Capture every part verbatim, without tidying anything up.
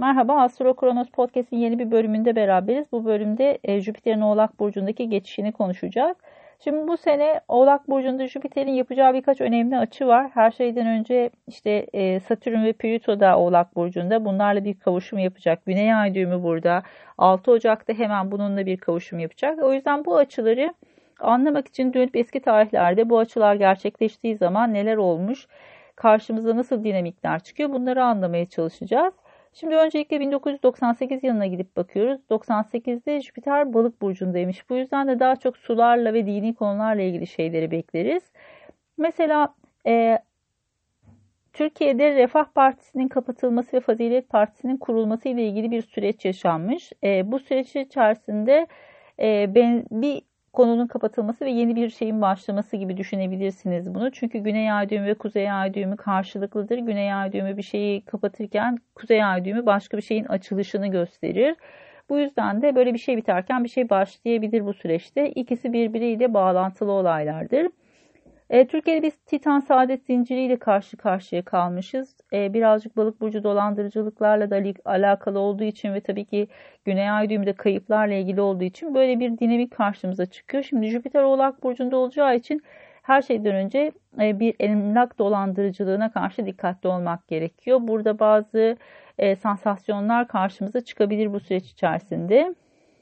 Merhaba, Astro Kronos Podcast'in yeni bir bölümünde beraberiz. Bu bölümde e, Jüpiter'in Oğlak Burcu'ndaki geçişini konuşacağız. Şimdi bu sene Oğlak Burcu'nda Jüpiter'in yapacağı birkaç önemli açı var. Her şeyden önce işte e, Satürn ve Plüto da Oğlak Burcu'nda. Bunlarla bir kavuşum yapacak. Güney Ay düğümü burada. altı Ocak'ta hemen bununla bir kavuşum yapacak. O yüzden bu açıları anlamak için dönüp eski tarihlerde bu açılar gerçekleştiği zaman neler olmuş, karşımıza nasıl dinamikler çıkıyor, bunları anlamaya çalışacağız. Şimdi öncelikle bin dokuz yüz doksan sekiz yılına gidip bakıyoruz. doksan sekizde Jüpiter Balık burcundaymış. Bu yüzden de daha çok sularla ve dini konularla ilgili şeyleri bekleriz. Mesela e, Türkiye'de Refah Partisi'nin kapatılması ve Fazilet Partisi'nin kurulması ile ilgili bir süreç yaşanmış. E, bu süreç içerisinde e, ben bir konunun kapatılması ve yeni bir şeyin başlaması gibi düşünebilirsiniz bunu. Çünkü Güney Ay düğümü ve Kuzey Ay düğümü karşılıklıdır. Güney Ay düğümü bir şeyi kapatırken Kuzey Ay düğümü başka bir şeyin açılışını gösterir. Bu yüzden de böyle bir şey biterken bir şey başlayabilir bu süreçte. İkisi birbiriyle bağlantılı olaylardır. E, Türkiye'de biz Titan Saadet zinciriyle karşı karşıya kalmışız. E, birazcık balık burcu dolandırıcılıklarla da alakalı olduğu için ve tabii ki Güney Ay düğümünde kayıplarla ilgili olduğu için böyle bir dinamik karşımıza çıkıyor. Şimdi Jüpiter Oğlak burcunda olacağı için her şeyden önce e, bir emlak dolandırıcılığına karşı dikkatli olmak gerekiyor. Burada bazı e, sansasyonlar karşımıza çıkabilir bu süreç içerisinde.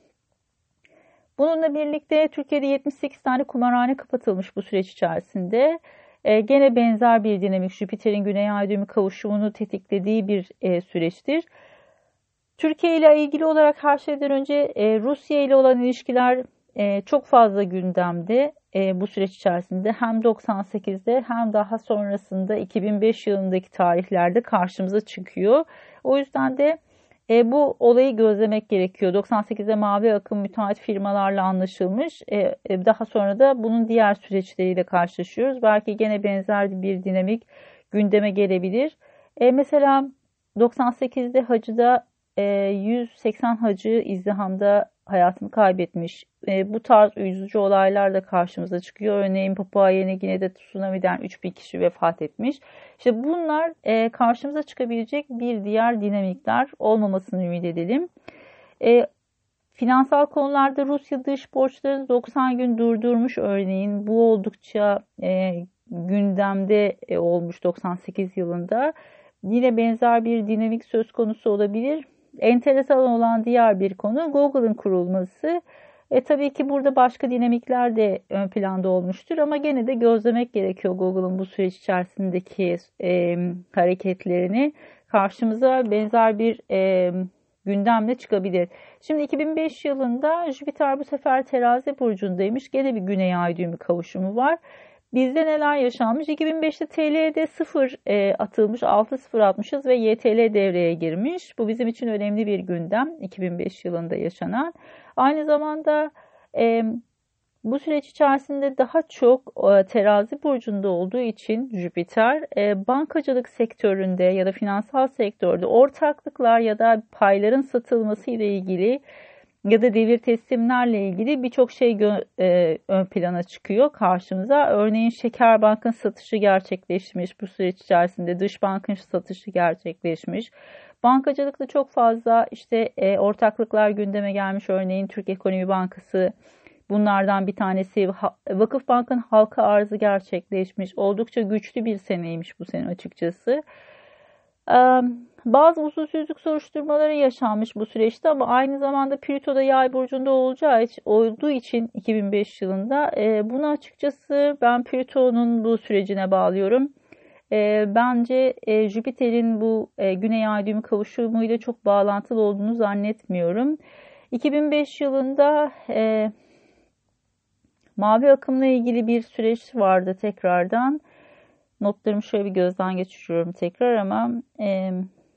Bununla birlikte Türkiye'de yetmiş sekiz tane kumarhane kapatılmış bu süreç içerisinde. E, gene benzer bir dinamik Jüpiter'in Güney Ay düğümü kavuşumunu tetiklediği bir e, süreçtir. Türkiye ile ilgili olarak her şeyden önce e, Rusya ile olan ilişkiler e, çok fazla gündemde e, bu süreç içerisinde. Hem doksan sekizde hem daha sonrasında iki bin beş yılındaki tarihlerde karşımıza çıkıyor. O yüzden de e, bu olayı gözlemek gerekiyor. doksan sekizde Mavi Akım müteahhit firmalarla anlaşılmış. E, e, daha sonra da bunun diğer süreçleriyle karşılaşıyoruz. Belki gene benzer bir dinamik gündeme gelebilir. E, mesela doksan sekizde Hacı'da e, yüz seksen hacı izdihamda hayatını kaybetmiş. E, bu tarz üzücü olaylar da karşımıza çıkıyor. Örneğin Papua Yeni Gine'de tsunami'den üç bin kişi vefat etmiş. İşte bunlar e, karşımıza çıkabilecek bir diğer dinamikler, olmamasını ümit edelim. E, finansal konularda Rusya dış borçları doksan gün durdurmuş örneğin. Bu oldukça e, gündemde e, olmuş doksan sekiz yılında. Yine benzer bir dinamik söz konusu olabilir. Enteresan olan diğer bir konu Google'ın kurulması. E, tabii ki burada başka dinamikler de ön planda olmuştur ama gene de gözlemek gerekiyor Google'ın bu süreç içerisindeki e, hareketlerini. Karşımıza benzer bir e, gündemle çıkabilir. Şimdi iki bin beş yılında Jüpiter bu sefer Terazi burcundaymış. Gene bir Güney Ay düğümü kavuşumu var. Bizde neler yaşanmış? iki bin beşte T L'de sıfır e, atılmış, altı sıfır atmışız ve Y T L devreye girmiş. Bu bizim için önemli bir gündem, iki bin beş yılında yaşanan. Aynı zamanda e, bu süreç içerisinde daha çok e, Terazi burcunda olduğu için Jüpiter e, bankacılık sektöründe ya da finansal sektörde ortaklıklar ya da payların satılması ile ilgili ya da devir teslimlerle ilgili birçok şey e, ön plana çıkıyor karşımıza. Örneğin Şekerbank'ın satışı gerçekleşmiş bu süreç içerisinde, dış bankın satışı gerçekleşmiş. Bankacılıkta çok fazla işte e, ortaklıklar gündeme gelmiş. Örneğin Türk Ekonomi Bankası bunlardan bir tanesi. Vakıfbank'ın halka arzı gerçekleşmiş. Oldukça güçlü bir seneymiş bu sene açıkçası. Bazı usulsüzlük soruşturmaları yaşanmış bu süreçte ama aynı zamanda Plüto'da Yay burcunda olacağı için, olduğu için iki bin beş yılında e, bunu açıkçası ben Plüto'nun bu sürecine bağlıyorum. E, bence e, Jüpiter'in bu e, Güney Ay düğümü kavuşumuyla çok bağlantılı olduğunu zannetmiyorum. iki bin beş yılında e, Mavi Akım'la ilgili bir süreç vardı tekrardan. Notlarımı şöyle bir gözden geçiriyorum tekrar ama e,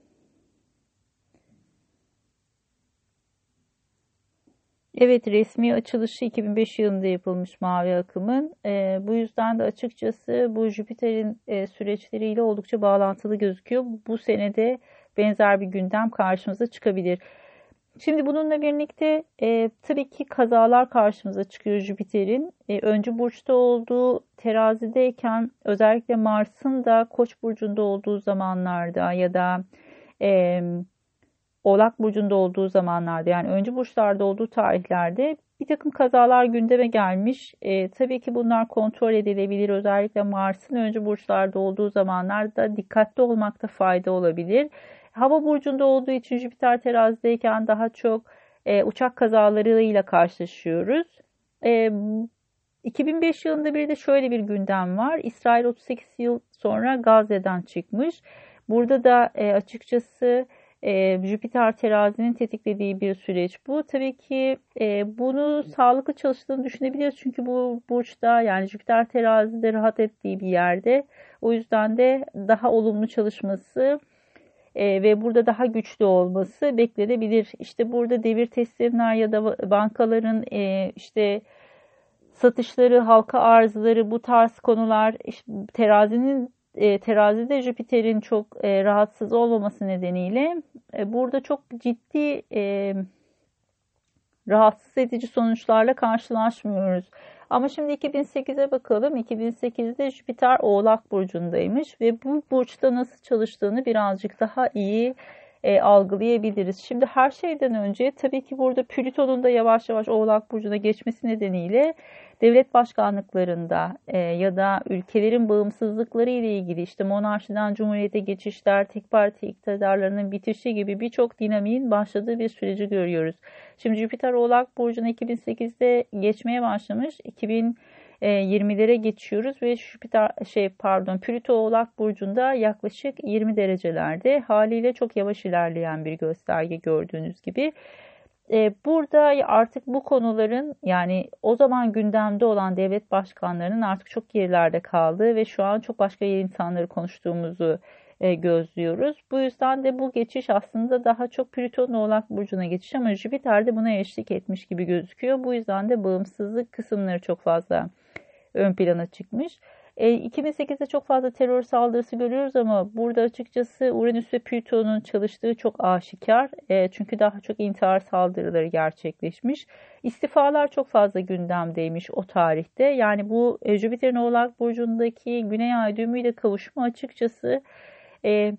evet, resmi açılışı iki bin beş yılında yapılmış Mavi Akım'ın. E, bu yüzden de açıkçası bu Jüpiter'in e, süreçleriyle oldukça bağlantılı gözüküyor. Bu senede benzer bir gündem karşımıza çıkabilir. Şimdi bununla birlikte e, tabii ki kazalar karşımıza çıkıyor Jüpiter'in. E, öncü burçta olduğu terazideyken özellikle Mars'ın da Koç burcunda olduğu zamanlarda ya da e, Oğlak Burcu'nda olduğu zamanlarda, yani öncü burçlarda olduğu tarihlerde bir takım kazalar gündeme gelmiş. E, tabii ki bunlar kontrol edilebilir. Özellikle Mars'ın öncü burçlarda olduğu zamanlarda dikkatli olmakta fayda olabilir. Hava burcunda olduğu için Jüpiter terazideyken daha çok e, uçak kazalarıyla karşılaşıyoruz. E, iki bin beş yılında bir de şöyle bir gündem var. İsrail otuz sekiz yıl sonra Gazze'den çıkmış. Burada da e, açıkçası e, Jüpiter terazinin tetiklediği bir süreç bu. Tabii ki e, bunu sağlıklı çalıştığını düşünebiliriz. Çünkü bu burçta, yani Jüpiter terazide rahat ettiği bir yerde. O yüzden de daha olumlu çalışması e, ve burada daha güçlü olması beklenebilir. İşte burada devir teslimler ya da bankaların e, işte satışları, halka arzları, bu tarz konular, işte terazinin e, terazide Jüpiter'in çok e, rahatsız olmaması nedeniyle e, burada çok ciddi e, rahatsız edici sonuçlarla karşılaşmıyoruz. Ama şimdi iki bin sekize bakalım. iki bin sekizde Jüpiter Oğlak Burcu'ndaymış ve bu burçta nasıl çalıştığını birazcık daha iyi e, algılayabiliriz. Şimdi her şeyden önce tabii ki burada Plüton'un da yavaş yavaş Oğlak Burcu'na geçmesi nedeniyle devlet başkanlıklarında e, ya da ülkelerin bağımsızlıkları ile ilgili, işte monarşiden cumhuriyete geçişler, tek parti iktidarlarının bitişi gibi birçok dinamiğin başladığı bir süreci görüyoruz. Şimdi Jüpiter Oğlak Burcu'na iki bin sekizde geçmeye başlamış. iki bin yirmilere geçiyoruz ve Jüpiter şey pardon Plüto Oğlak Burcu'nda yaklaşık yirmi derecelerde, haliyle çok yavaş ilerleyen bir gösterge gördüğünüz gibi. Burada artık bu konuların, yani o zaman gündemde olan devlet başkanlarının artık çok gerilerde kaldığı ve şu an çok başka insanları konuştuğumuzu gözlüyoruz. Bu yüzden de bu geçiş aslında daha çok Plüton'un Oğlak Burcu'na geçiş, ama Jüpiter de buna eşlik etmiş gibi gözüküyor. Bu yüzden de bağımsızlık kısımları çok fazla ön plana çıkmış. E, iki bin sekizde çok fazla terör saldırısı görüyoruz ama burada açıkçası Uranüs ve Plüton'un çalıştığı çok aşikar. E, çünkü daha çok intihar saldırıları gerçekleşmiş. İstifalar çok fazla gündemdeymiş o tarihte. Yani bu e, Jüpiter'in Oğlak Burcu'ndaki Güney Ay düğümüyle kavuşma açıkçası e,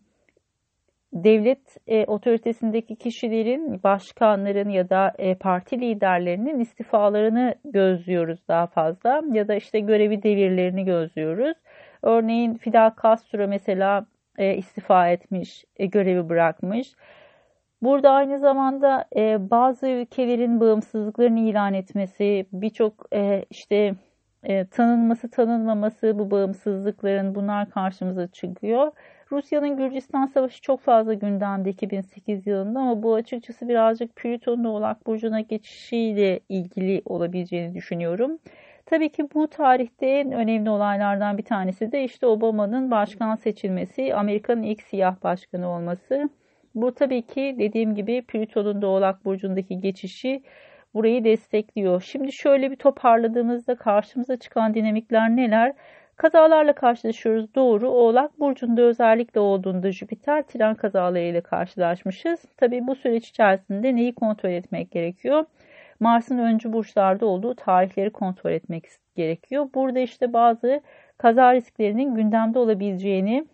devlet e, otoritesindeki kişilerin, başkanların ya da e, parti liderlerinin istifalarını gözlüyoruz daha fazla, ya da işte görevi devirlerini gözlüyoruz. Örneğin Fidel Castro mesela e, istifa etmiş, e, görevi bırakmış. Burada aynı zamanda e, bazı ülkelerin bağımsızlıklarını ilan etmesi, birçok e, işte e, tanınması, tanınmaması, bu bağımsızlıkların, bunlar karşımıza çıkıyor. Rusya'nın Gürcistan Savaşı çok fazla gündemde iki bin sekiz yılında, ama bu açıkçası birazcık Plüton'un Oğlak Burcu'na geçişiyle ilgili olabileceğini düşünüyorum. Tabii ki bu tarihte en önemli olaylardan bir tanesi de işte Obama'nın başkan seçilmesi, Amerika'nın ilk siyah başkanı olması. Bu tabii ki dediğim gibi Plüton'un da Oğlak Burcu'ndaki geçişi burayı destekliyor. Şimdi şöyle bir toparladığımızda karşımıza çıkan dinamikler neler? Kazalarla karşılaşıyoruz, doğru. Oğlak Burcu'nda özellikle olduğunda Jüpiter tren kazalarıyla karşılaşmışız. Tabii bu süreç içerisinde neyi kontrol etmek gerekiyor? Mars'ın öncü burçlarda olduğu tarihleri kontrol etmek gerekiyor. Burada işte bazı kaza risklerinin gündemde olabileceğini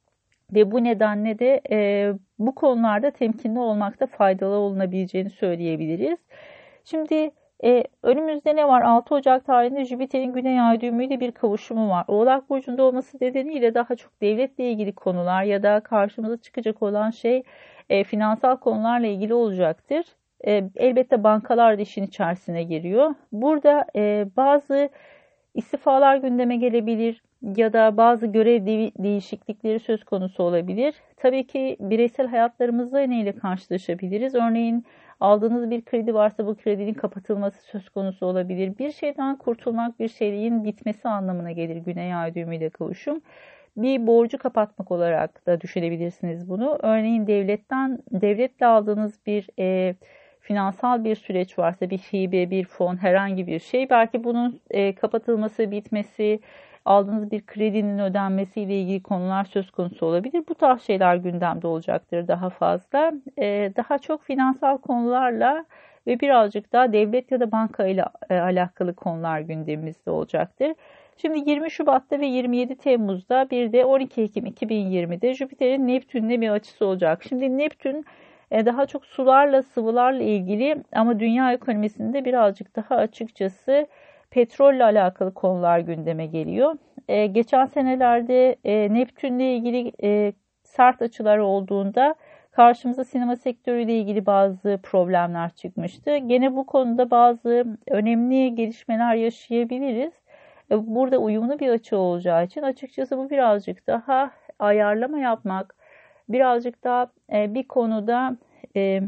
ve bu nedenle de e, bu konularda temkinli olmakta faydalı olunabileceğini söyleyebiliriz. Şimdi e, önümüzde ne var? altı Ocak tarihinde Jüpiter'in Güney Ay düğümüyle bir kavuşumu var. Oğlak Burcu'nda olması nedeniyle daha çok devletle ilgili konular ya da karşımıza çıkacak olan şey e, finansal konularla ilgili olacaktır. E, elbette bankalar da işin içerisine giriyor. Burada e, bazı istifalar gündeme gelebilir ya da bazı görev değişiklikleri söz konusu olabilir. Tabii ki bireysel hayatlarımızda neyle karşılaşabiliriz? Örneğin aldığınız bir kredi varsa bu kredinin kapatılması söz konusu olabilir. Bir şeyden kurtulmak, bir şeyin bitmesi anlamına gelir Güney Ay düğümüyle kavuşum. Bir borcu kapatmak olarak da düşünebilirsiniz bunu. Örneğin devletten devletle aldığınız bir e, finansal bir süreç varsa, bir hibe, bir fon, herhangi bir şey, belki bunun e, kapatılması, bitmesi, aldığınız bir kredinin ödenmesiyle ilgili konular söz konusu olabilir. Bu tarz şeyler gündemde olacaktır daha fazla. E, daha çok finansal konularla ve birazcık daha devlet ya da banka ile e, alakalı konular gündemimizde olacaktır. Şimdi yirmi Şubat'ta ve yirmi yedi Temmuz'da bir de on iki Ekim iki bin yirmide Jüpiter'in Neptün'le bir açısı olacak. Şimdi Neptün E, daha çok sularla, sıvılarla ilgili ama dünya ekonomisinde birazcık daha açıkçası petrolle alakalı konular gündeme geliyor. E, geçen senelerde e, Neptün'le ilgili e, sert açılar olduğunda karşımıza sinema sektörüyle ilgili bazı problemler çıkmıştı. Gene bu konuda bazı önemli gelişmeler yaşayabiliriz. E, burada uyumlu bir açı olacağı için açıkçası bu birazcık daha ayarlama yapmak, birazcık daha e, bir konuda e,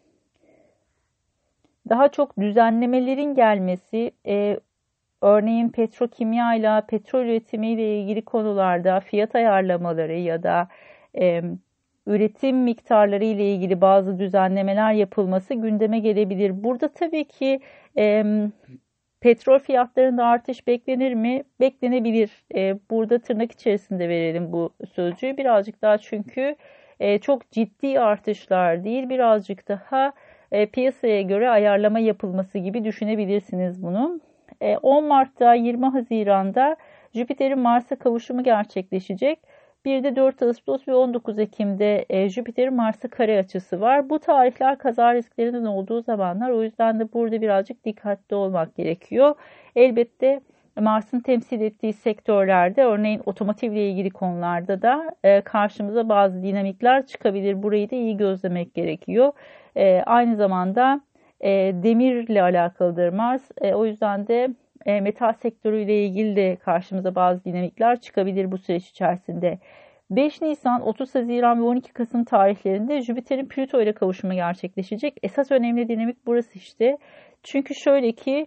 daha çok düzenlemelerin gelmesi, e, örneğin petrokimya ile petrol üretimi ile ilgili konularda fiyat ayarlamaları ya da e, üretim miktarları ile ilgili bazı düzenlemeler yapılması gündeme gelebilir. Burada tabii ki e, petrol fiyatlarında artış beklenir mi? Beklenebilir. E, burada tırnak içerisinde verelim bu sözcüğü. Birazcık daha çünkü e, çok ciddi artışlar değil, birazcık daha e, piyasaya göre ayarlama yapılması gibi düşünebilirsiniz bunu. E, on Mart'ta yirmi Haziran'da Jüpiter'in Mars'a kavuşumu gerçekleşecek. Bir de dört Ağustos ve on dokuz Ekim'de e, Jüpiter'in Mars'a kare açısı var. Bu tarihler kaza risklerinin olduğu zamanlar. O yüzden de burada birazcık dikkatli olmak gerekiyor. Elbette Mars'ın temsil ettiği sektörlerde, örneğin otomotivle ilgili konularda da e, karşımıza bazı dinamikler çıkabilir. Burayı da iyi gözlemek gerekiyor. E, aynı zamanda e, demirle alakalıdır Mars. E, o yüzden de e, metal sektörüyle ilgili de karşımıza bazı dinamikler çıkabilir bu süreç içerisinde. beş Nisan, otuz Haziran ve on iki Kasım tarihlerinde Jüpiter'in Plüto ile kavuşumu gerçekleşecek. Esas önemli dinamik burası işte. Çünkü şöyle ki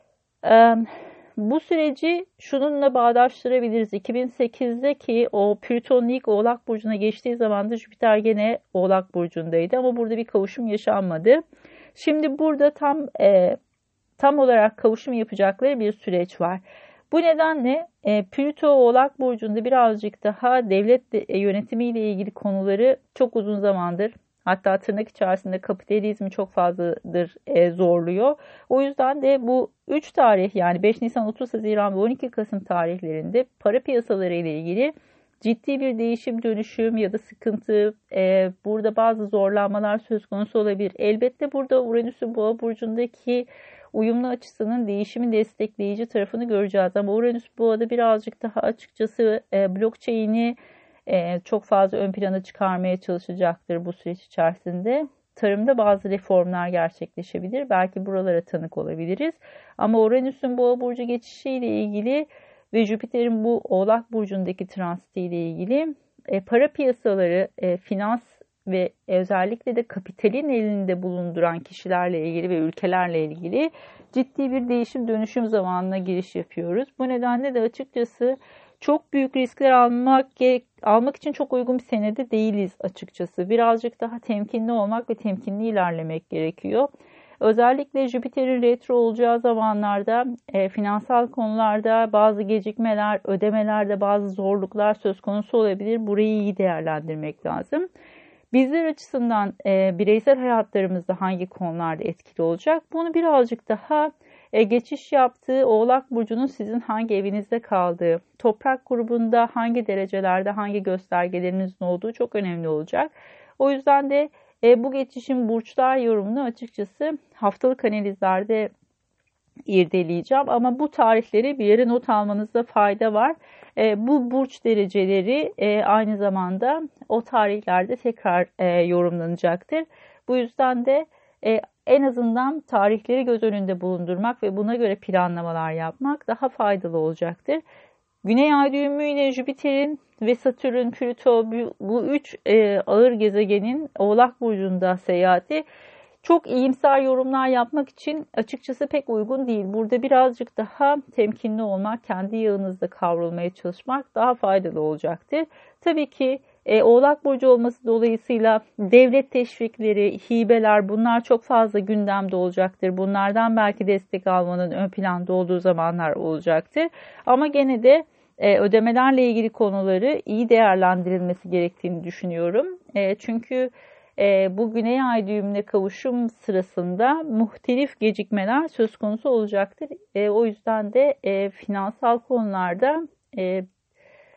e, bu süreci şununla bağdaştırabiliriz. iki bin sekiz'deki o Plüton'un ilk Oğlak Burcu'na geçtiği zaman da Jüpiter gene Oğlak Burcu'ndaydı ama burada bir kavuşum yaşanmadı. Şimdi burada tam e, tam olarak kavuşum yapacakları bir süreç var. Bu nedenle e, Plüto Oğlak Burcu'nda birazcık daha devlet yönetimiyle ilgili konuları çok uzun zamandır, hatta tırnak içerisinde kapitalizmi çok fazladır e, zorluyor. O yüzden de bu üç tarih, yani beş Nisan, otuz Haziran ve on iki Kasım tarihlerinde para piyasaları ile ilgili ciddi bir değişim, dönüşüm ya da sıkıntı, e, burada bazı zorlanmalar söz konusu olabilir. Elbette burada Uranüs'ün Boğa burcundaki uyumlu açısının değişimi destekleyici tarafını göreceğiz. Ama Uranüs Boğa'da birazcık daha açıkçası e, blockchain'i e, çok fazla ön plana çıkarmaya çalışacaktır bu süreç içerisinde. Tarımda bazı reformlar gerçekleşebilir. Belki buralara tanık olabiliriz. Ama Uranüs'ün Boğa burcu geçişiyle ilgili ve Jüpiter'in bu Oğlak burcundaki transitiyle ilgili e, para piyasaları, e, finans ve özellikle de kapitalin elinde bulunduran kişilerle ilgili ve ülkelerle ilgili ciddi bir değişim dönüşüm zamanına giriş yapıyoruz. Bu nedenle de açıkçası çok büyük riskler almak almak için çok uygun bir senede değiliz açıkçası. Birazcık daha temkinli olmak ve temkinli ilerlemek gerekiyor. Özellikle Jüpiter'in retro olacağı zamanlarda e, finansal konularda bazı gecikmeler, ödemelerde bazı zorluklar söz konusu olabilir. Burayı iyi değerlendirmek lazım. Bizler açısından e, bireysel hayatlarımızda hangi konularda etkili olacak? Bunu birazcık daha e, geçiş yaptığı Oğlak Burcu'nun sizin hangi evinizde kaldığı, toprak grubunda hangi derecelerde hangi göstergelerinizin olduğu çok önemli olacak. O yüzden de e, bu geçişin burçlar yorumunu açıkçası haftalık analizlerde irdeleyeceğim. Ama bu tarihleri bir yere not almanızda fayda var. E, bu burç dereceleri e, aynı zamanda o tarihlerde tekrar e, yorumlanacaktır. Bu yüzden de e, en azından tarihleri göz önünde bulundurmak ve buna göre planlamalar yapmak daha faydalı olacaktır. Güney ay düğümü ile Jüpiter'in ve Satürn, Plüto, bu üç e, ağır gezegenin Oğlak Burcu'nda seyahati çok iyimser yorumlar yapmak için açıkçası pek uygun değil. Burada birazcık daha temkinli olmak, kendi yağınızda kavrulmaya çalışmak daha faydalı olacaktır. Tabii ki e, Oğlak Burcu olması dolayısıyla devlet teşvikleri, hibeler, bunlar çok fazla gündemde olacaktır. Bunlardan belki destek almanın ön planda olduğu zamanlar olacaktır. Ama gene de e, ödemelerle ilgili konuları iyi değerlendirilmesi gerektiğini düşünüyorum. E, çünkü E, bu Güney Ay düğümüne kavuşum sırasında muhtelif gecikmeler söz konusu olacaktır. E, o yüzden de e, finansal konularda e,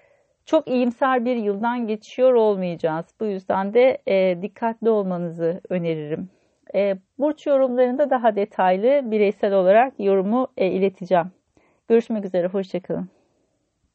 çok iyimser bir yıldan geçiyor olmayacağız. Bu yüzden de e, dikkatli olmanızı öneririm. E, burç yorumlarında daha detaylı bireysel olarak yorumu e, ileteceğim. Görüşmek üzere, hoşça kalın.